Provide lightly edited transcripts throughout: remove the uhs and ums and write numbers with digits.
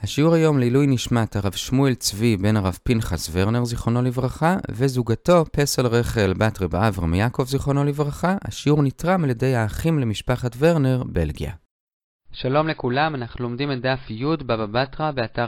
השיעור היום לעילוי נשמת הרב שמואל צבי בן הרב פנחס ורנר זיכרונו לברכה וזוגתו פסל רחל בת רב אברהם יעקב זיכרונו לברכה. השיעור נתרם על ידי האחים למשפחת ורנר, בלגיה. שלום לכולם, אנחנו לומדים את דף י' בבא בתרא באתר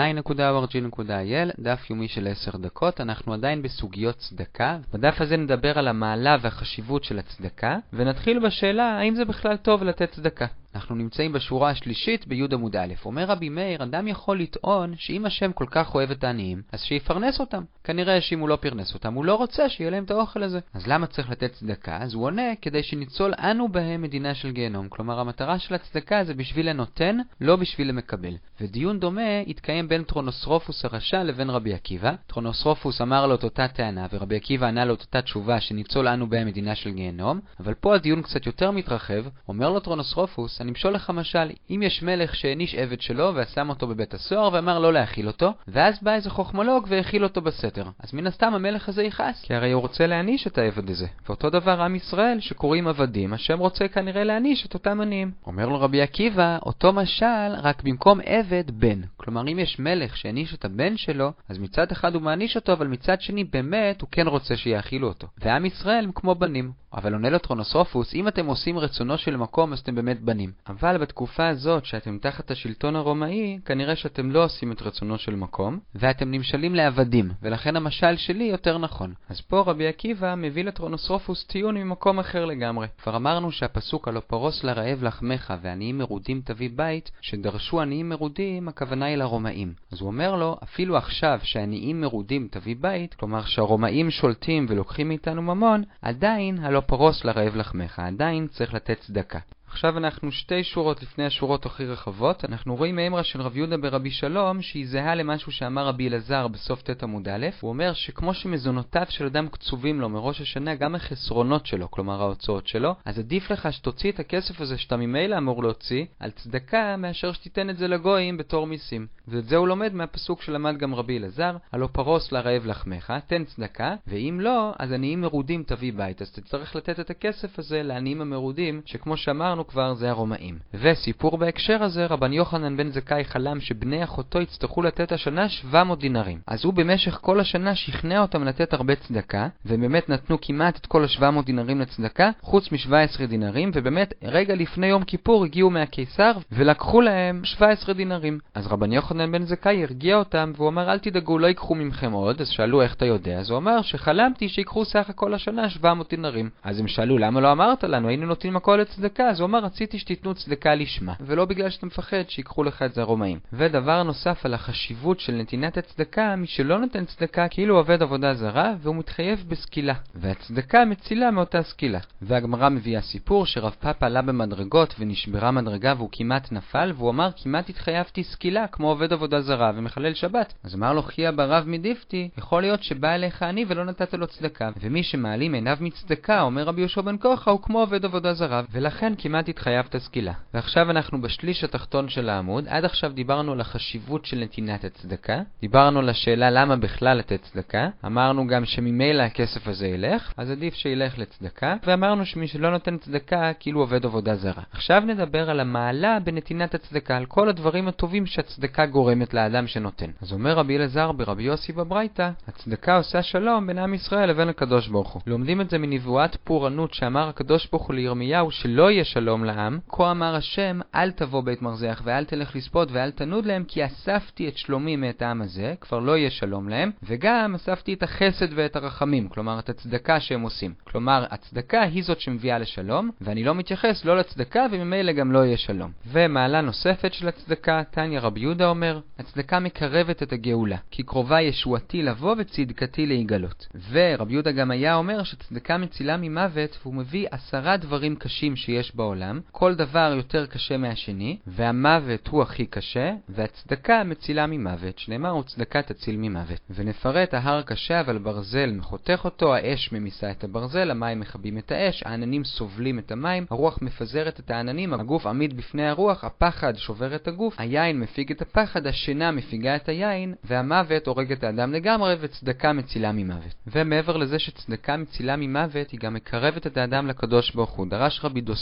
sinai.org.il, דף יומי של 10 דקות. אנחנו עדיין בסוגיות צדקה. בדף הזה נדבר על המעלה והחשיבות של הצדקה, ונתחיל בשאלה האם זה בכלל טוב לתת צדקה. אנחנו נמצאים בשורה השלישית בי' עמוד א'. אומר רבי מאיר, אדם יכול לטעון שאם השם כל כך אוהב את העניים, אז שיפרנס אותם. כנראה שאם הוא לא פרנס אותם, הוא לא רוצה שיהיה להם את האוכל הזה. אז למה צריך לתת צדקה? אז הוא עונה, כדי שניצול אנו בהם מדינה של גיהנום. כלומר, המטרה של הצדקה זה בשביל לנותן, לא בשביל למקבל. ודיון דומה התקיים בין טרונוסרופוס הרשע לבין רבי עקיבא. טרונוסרופוס אמר לו את אותה טענה, ורבי עקיבא ענה לו את אותה תשובה שניצול אנו בהם מדינה של גיהנום. אבל פה הדיון קצת יותר מתרחב. אומר לו טרונוסרופוס, אני משול לך משל, אם יש מלך שהניש עבד שלו ושם אותו בבית הסוהר ואמר לא להאכיל אותו, ואז בא איזה חוכמולוג והאכיל אותו בסתר, אז מן הסתם המלך הזה יכעס, כי הרי הוא רוצה להניש את העבד הזה. ואותו דבר עם ישראל שקוראים עבדים, השם רוצה כנראה להניש את אותם עניים. אומר לו רבי עקיבא, אותו משל רק במקום עבד בן. כלומר, אם יש מלך שהניש את הבן שלו, אז מצד אחד הוא מעניש אותו, אבל מצד שני באמת הוא כן רוצה שיאכילו אותו. ועם ישראל הם כמו בנים. אבל עונה לו טרונוסרופוס, אם אתם עושים רצונו של מקום, אז אתם באמת בנים. אבל בתקופה הזאת שאתם תחת השלטון הרומאי, כנראה שאתם לא עושים את רצונו של מקום, ואתם נמשלים לעבדים, ולכן המשל שלי יותר נכון. אז פה רבי עקיבא מביא לטרונוסרופוס טיעון ממקום אחר לגמרי. כבר אמרנו שהפסוק הלא פרוס לרעב לחמך ועניים מרודים תביא בית, שדרשו עניים מרודים, הכוונה היא לרומאים. אז הוא אומר לו, אפילו עכשיו שעניים מרודים תביא בית, כלומר שהרומאים שולטים ולוקחים מאיתנו ממון, עדיין הלא פרוס לרעב לחמך, עדיין צריך לתת צדקה. עכשיו אנחנו שתי שורות לפני השורות הכי רחבות. אנחנו רואים מאמרה של רב יהודה ברבי שלום שהיא זהה למשהו שאמר רבי אלעזר בסוף ת' עמוד א'. הוא אומר שכמו שמזונותיו של אדם קצובים לו מראש השנה, גם החסרונות שלו, כלומר ההוצאות שלו, אז עדיף לך שתוציא את הכסף הזה שאתה ממילא אמור להוציא על צדקה מאשר שתיתן את זה לגויים בתור מיסים. ואת זה הוא לומד מהפסוק שלמד גם רבי אלעזר, הלא פרוס לרעב לחמך, תן צדקה, ואם לא, אז עניים מרודים תביא בית. אז תצטרך לתת את הכסף הזה לעניים המרודים, שכמו שאמרנו כבר זה הרומאים. וסיפור בהקשר הזה, רבן יוחנן בן זכאי חלם שבני אחותו יצטרכו לתת השנה 700 דינרים. אז הוא במשך כל השנה שכנע אותם לתת הרבה צדקה, ובאמת נתנו כמעט את כל ה-700 דינרים לצדקה, חוץ מ-17 דינרים, ובאמת רגע לפני יום כיפור הגיעו מהקיסר ולקחו להם 17 דינרים. אז רבן יוחנן בן זכאי הרגיע אותם, והוא אמר אל תדאגו, לא ייקחו ממכם עוד. אז שאלו איך אתה יודע? אז הוא אמר שחלמתי שיקחו סך הכל השנה 700 דינרים. אז הם שאלו למה לא אמרת לנו? היינו נותנים הכל לצדקה. אז הוא אמר רציתי שתיתנו צדקה לשמה, ולא בגלל שאתה מפחד שיקחו לך את זה הרומאים. ודבר נוסף על החשיבות של נתינת הצדקה, מי שלא נותן צדקה כאילו עובד עבודה זרה, והוא מתחייב בסקילה, והצדקה מצילה מאותה סקילה. והגמרא מביאה סיפור שרב פאפה עלה במדרגות ונשברה מדרגה והוא כמעט נפל, והוא אמר כמעט התחייבתי סקילה כמו עובד עבודה זרה ומחלל שבת. אז אמר לו חיה ברב מדיפתי, יכול להיות שבא אליך אני ולא נתת לו צדקה, ומי שמעלים עיניו מצדקה, אומר רבי יהושע בן קורחה, הוא כמו עובד עבודה זרה, ולכן כמעט התחייבת סקילה. ועכשיו אנחנו בשליש התחתון של העמוד. עד עכשיו דיברנו על החשיבות של נתינת הצדקה, דיברנו על השאלה למה בכלל לתת צדקה, אמרנו גם שממילא הכסף הזה ילך, אז עדיף שילך לצדקה, ואמרנו שמי שלא נותן צדקה כאילו עובד עבודה זרה. עכשיו נדבר על המעלה בנתינת הצדקה, על כל הדברים הטובים שהצדקה גורמת לאדם שנותן. אז אומר רבי אלעזר ברבי יוסי בברייתא, הצדקה עושה שלום בין עם ישראל לבין הקדוש ברוך הוא. לומדים את זה מנבואת פורענות שאמר הקדוש ברוך הוא לירמיהו שלא יהיה שלום לעם, כה אמר השם אל תבוא בית מרזח ואל תלך לספוד ואל תנוד להם, כי אספתי את שלומי מאת העם הזה, כבר לא יהיה שלום להם, וגם אספתי את החסד ואת הרחמים, כלומר את הצדקה שהם עושים. כלומר הצדקה היא זאת שמביאה לשלום, ואני לא מתייחס לא לצדקה וממילא גם לא יהיה שלום. ומעלה נוספת של הצדקה, תניא רבי יהודה אומר, הצדקה מקרבת את הגאולה, כי קרובה ישועתי לבוא וצדקתי להיגלות. ורבי יהודה גם היה אומר שצדקה מצילה ממוות, והוא מביא 10 דברים קשים שיש בעולם, כל דבר יותר קשה מהשני, והמוות הוא הכי קשה, והצדקה מצילה ממוות, שנאמר וצדקה תציל ממוות. ונפרט, ההר קשה אבל ברזל מחותך אותו, האש ממיסה את הברזל, המים מכבים את האש, העננים סובלים את המים, הרוח מפזרת את העננים, הגוף עמיד בפני הרוח, הפחד שובר את הגוף, היין מפיג את הפחד, השינה מפיגה את היין, והמוות הורג את האדם לגמרי, וצדקה מצילה ממוות. ומעבר לזה שצדקה מצילה ממוות, היא גם מקרבת את האדם לקדוש ברוך הוא. דרש רבי דוסטאי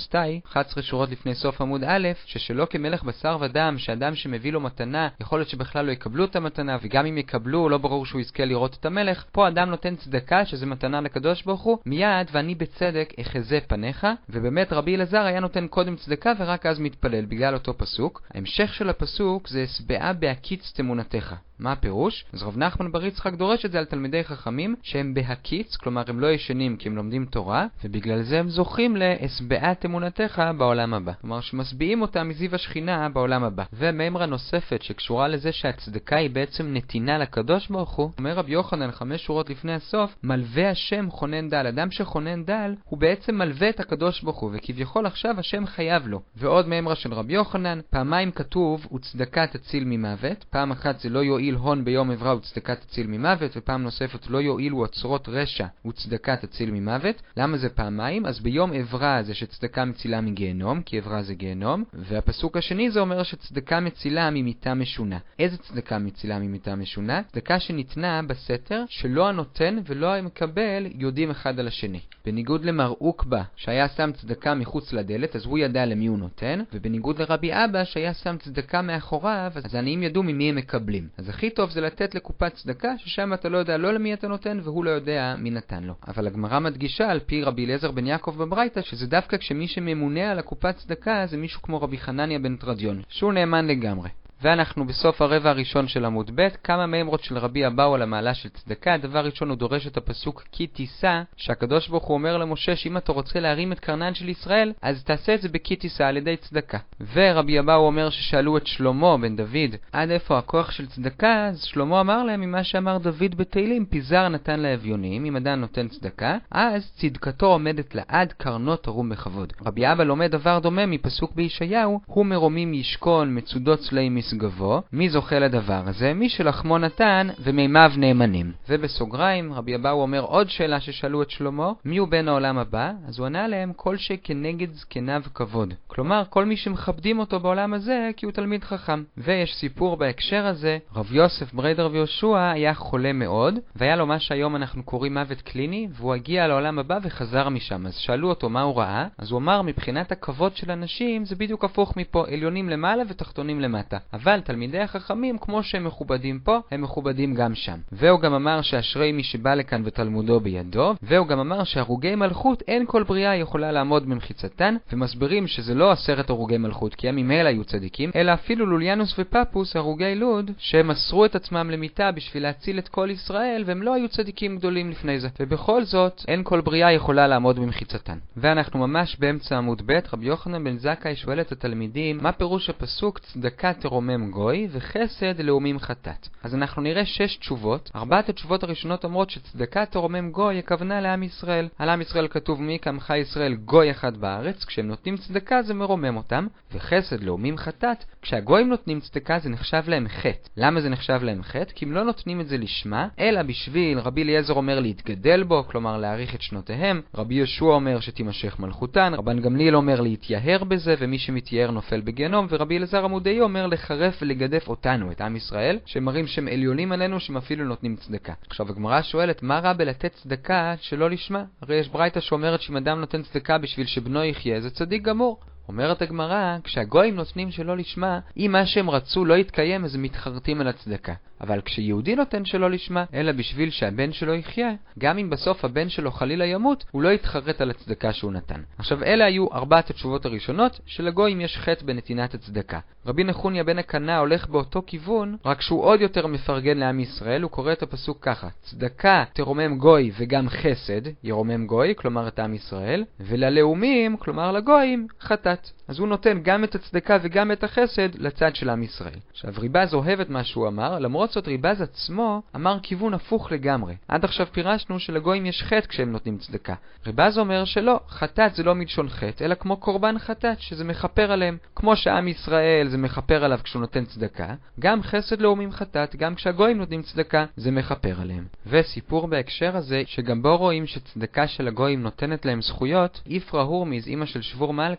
11 שורות לפני סוף עמוד א', ששלא כמלך בשר ודם, שאדם שמביא לו מתנה, יכול להיות שבכלל לא יקבלו את המתנה, וגם אם יקבלו, לא ברור שהוא יזכה לראות את המלך. פה אדם נותן צדקה, שזה מתנה לקדוש ברוך הוא, מיד ואני בצדק אחזה פניך, ובאמת רבי אלעזר היה נותן קודם צדקה ורק אז מתפלל בגלל אותו פסוק. ההמשך של הפסוק זה הסבעה בהקיץ תמונתך. מה הפירוש? אז רב נחמן בר יצחק דורש את זה על תלמידי חכמים שהם בהקיץ, כלומר הם לא ישנים כי הם לומדים תורה, ובגלל זה הם זוכים להסבעת אמונתך בעולם הבא. כלומר שמשביעים אותם מזיו השכינה בעולם הבא. ומאמרה נוספת שקשורה לזה שהצדקה היא בעצם נתינה לקדוש ברוך הוא, אומר רבי יוחנן 5 שורות לפני הסוף, מלווה השם חונן דל. אדם שחונן דל הוא בעצם מלווה את הקדוש ברוך הוא, וכביכול עכשיו השם חייב לו. ועוד מאמרה של רבי יוחנן, פעמיים כתוב וצדקה תציל ממוות. פעם אחת זה לא יועיל הון ביום עברה וצדקה תציל ממוות, ופעם נוספת לא יועילו אוצרות רשע וצדקה תציל ממוות. למה זה פעמיים? אז ביום עברה זה שצדקה מצילה מגיהנום, כי עברה זה גיהנום, והפסוק השני זה אומר שצדקה מצילה ממיתה משונה. איזה צדקה מצילה ממיתה משונה? צדקה שניתנה בסתר, שלא הנותן ולא המקבל יודעים אחד על השני. בניגוד למר עוקבא שהיה שם צדקה מחוץ לדלת, אז הוא ידע למי הוא נותן, ובניגוד לרבי אבא שהיה שם צדקה מאחוריו, אז העניים ידעו ממי הם מקבלים. אז הכי טוב זה לתת לקופת צדקה, ששם אתה לא יודע לא למי אתה נותן והוא לא יודע מי נתן לו. אבל הגמרא מדגישה על פי רבי אליעזר בן יעקב בברייתא, שזה דווקא כשמי שממונה על הקופת צדקה זה מישהו כמו רבי חנניה בן תרדיון, שהוא נאמן לגמרי. ואנחנו בסוף הרבע הראשון של עמוד ב', כמה מאמרות של רבי אבאו על המעלה של צדקה. דבר ראשון הוא דורש את הפסוק כי תישא, שהקדוש ברוך הוא אומר למשה שאם אתה רוצה להרים את קרנן של ישראל, אז תעשה את זה בכי תישא על ידי צדקה. ורבי אבאו אומר ששאלו את שלמה בן דוד עד איפה הכוח של צדקה, אז שלמה אמר להם ממה שאמר דוד בתהילים, פיזר נתן לאביונים, אם אדם נותן צדקה, אז צדקתו עומדת לעד קרנו תרום בכבוד. רבי אבא לומד דבר דומה מפסוק בישעיהו, הוא מרומים ישכון מצודות צלעים מסגבו. מי זוכה לדבר הזה? מי שלחמו נתן ומימיו נאמנים. ובסוגריים רבי אבאו אומר עוד שאלה ששאלו את שלמה, מי הוא בן העולם הבא? אז הוא ענה להם כל שכנגד זקניו כבוד, כלומר כל מי שמכבדים אותו בעולם הזה כי הוא תלמיד חכם. ויש סיפור בהקשר הזה, רב יוסף ברי דרבי יהושע היה חולה מאוד והיה לו מה שהיום אנחנו קוראים מוות קליני, והוא הגיע לעולם הבא וחזר משם. אז שאלו אותו מה הוא ראה, אז הוא אמר מבחינת הכבוד של אנשים זה בדיוק הפוך מפה, עליונים למעלה ותחתונים למטה, אבל תלמידי החכמים כמו שהם מכובדים פה הם מכובדים גם שם. והוא גם אמר שאשרי מי שבא לכאן ותלמודו בידו, והוא גם אמר שהרוגי מלכות אין כל בריאה יכולה לעמוד במחיצתן, ומסבירים שזה לא 10 הרוגי מלכות כי הם ממילא היו צדיקים, אלא אפילו לוליאנוס ופפוס הרוגי לוד שהם מסרו את עצמם למיטה בשביל להציל את כל ישראל, והם לא היו צדיקים גדולים לפני זה, ובכל זאת אין כל בריאה יכולה לעמוד במחיצתן. ואנחנו ממש באמצע עמוד ב', רבי יוחנן בן זכאי שואל את התלמידים מה פירוש הפסוק צדקה תרומם גוי וחסד לאומים חטאת. אז אנחנו נראה 6 תשובות. 4 התשובות הראשונות אומרות שצדקה תרומם גוי הכוונה לעם ישראל. על עם ישראל כתוב מי כעמך ישראל גוי אחד בארץ, כשהם נותנים צדקה זה מרומם אותם. וחסד לאומים חטאת, כשהגויים נותנים צדקה זה נחשב להם חטא. למה זה נחשב להם חטא? כי הם לא נותנים את זה לשמה, אלא בשביל, רבי אליעזר אומר להתגדל בו, כלומר להאריך את שנותיהם. רבי יהושע אומר שתימשך מלכותן, רבן גמליאל אומר להתייהר בזה, ומי שמתייהר נופל בגיהנום, ורבי אלעזר עמודאי אומר לחרף ולגדף אותנו, את עם ישראל, שמראים שהם עליונים עלינו, שהם אפילו נותנים צדקה. עכשיו הגמרא שואלת, מה רע בלתת צדקה שלא לשמה? הרי יש ברייתא שאומרת שאם אדם נותן צדקה בשביל שבנו יחיה, זה צדיק גמור. אומרת הגמרא, כשהגויים נותנים שלא לשמה, אם מה שהם רצו לא יתקיים, אז הם מתחרטים על הצדקה. אבל כשיהודי נותן שלא לשמה, אלא בשביל שהבן שלו יחיה, גם אם בסוף הבן שלו חלילה ימות, הוא לא יתחרט על הצדקה שהוא נתן. עכשיו אלה היו 4 התשובות הראשונות, שלגויים יש חטא בנתינת הצדקה. רבי נחוניה בן הקנה הולך באותו כיוון, רק שהוא עוד יותר מפרגן לעם ישראל, הוא קורא את הפסוק ככה, צדקה תרומם גוי וגם חסד ירומם גוי, כלומר את עם ישראל, וללאומים, כלומר לגויים, חטאת. אז הוא נותן גם את הצדקה וגם את החסד לצד של עם ישראל. עכשיו ריבז אוהב את מה שהוא אמר, למרות זאת ריבז עצמו אמר כיוון הפוך לגמרי. עד עכשיו פירשנו שלגויים יש חטא כשהם נותנים צדקה. ריבז אומר שלא, חטאת זה לא מלשון חטא, אלא כמו קורבן חטאת שזה מחפר עליהם. כמו שעם ישראל זה מחפר עליו כשהוא נותן צדקה, גם חסד לאומים חטאת, גם כשהגויים נותנים צדקה זה מחפר עליהם. וסיפור בהקשר הזה שגם בו רואים שצדקה של הגויים נותנת להם זכויות, יפרא הורמיז אמא של שבור מלכה,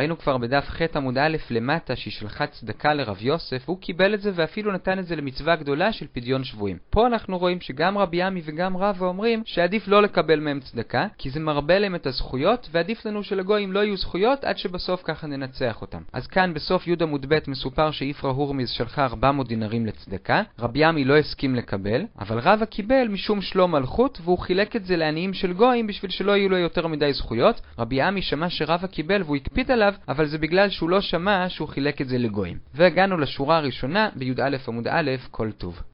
ראינו כבר בדף ח' עמוד א' למטה שהיא שלחה צדקה לרב יוסף, והוא קיבל את זה ואפילו נתן את זה למצווה גדולה של פדיון שבויים. פה אנחנו רואים שגם רבי עמי וגם רבא אומרים שעדיף לא לקבל מהם צדקה, כי זה מרבה להם את הזכויות, ועדיף לנו שלגויים לא יהיו זכויות עד שבסוף ככה ננצח אותם. אז כאן בסוף י' עמוד ב' מסופר שיפרא הורמיז שלחה 400 דינרים לצדקה, רבי עמי לא הסכים לקבל, אבל רבא קיבל משום שלום מלכות, והוא חילק את זה לעניים של גויים בשביל שלא יהיו לו יותר מדי זכויות. רבי עמי שמע שרבא קיבל והוא הקפיד עליו, אבל זה בגלל שהוא לא שמע שהוא חילק את זה לגויים. והגענו לשורה הראשונה בי"א עמוד א', כל טוב.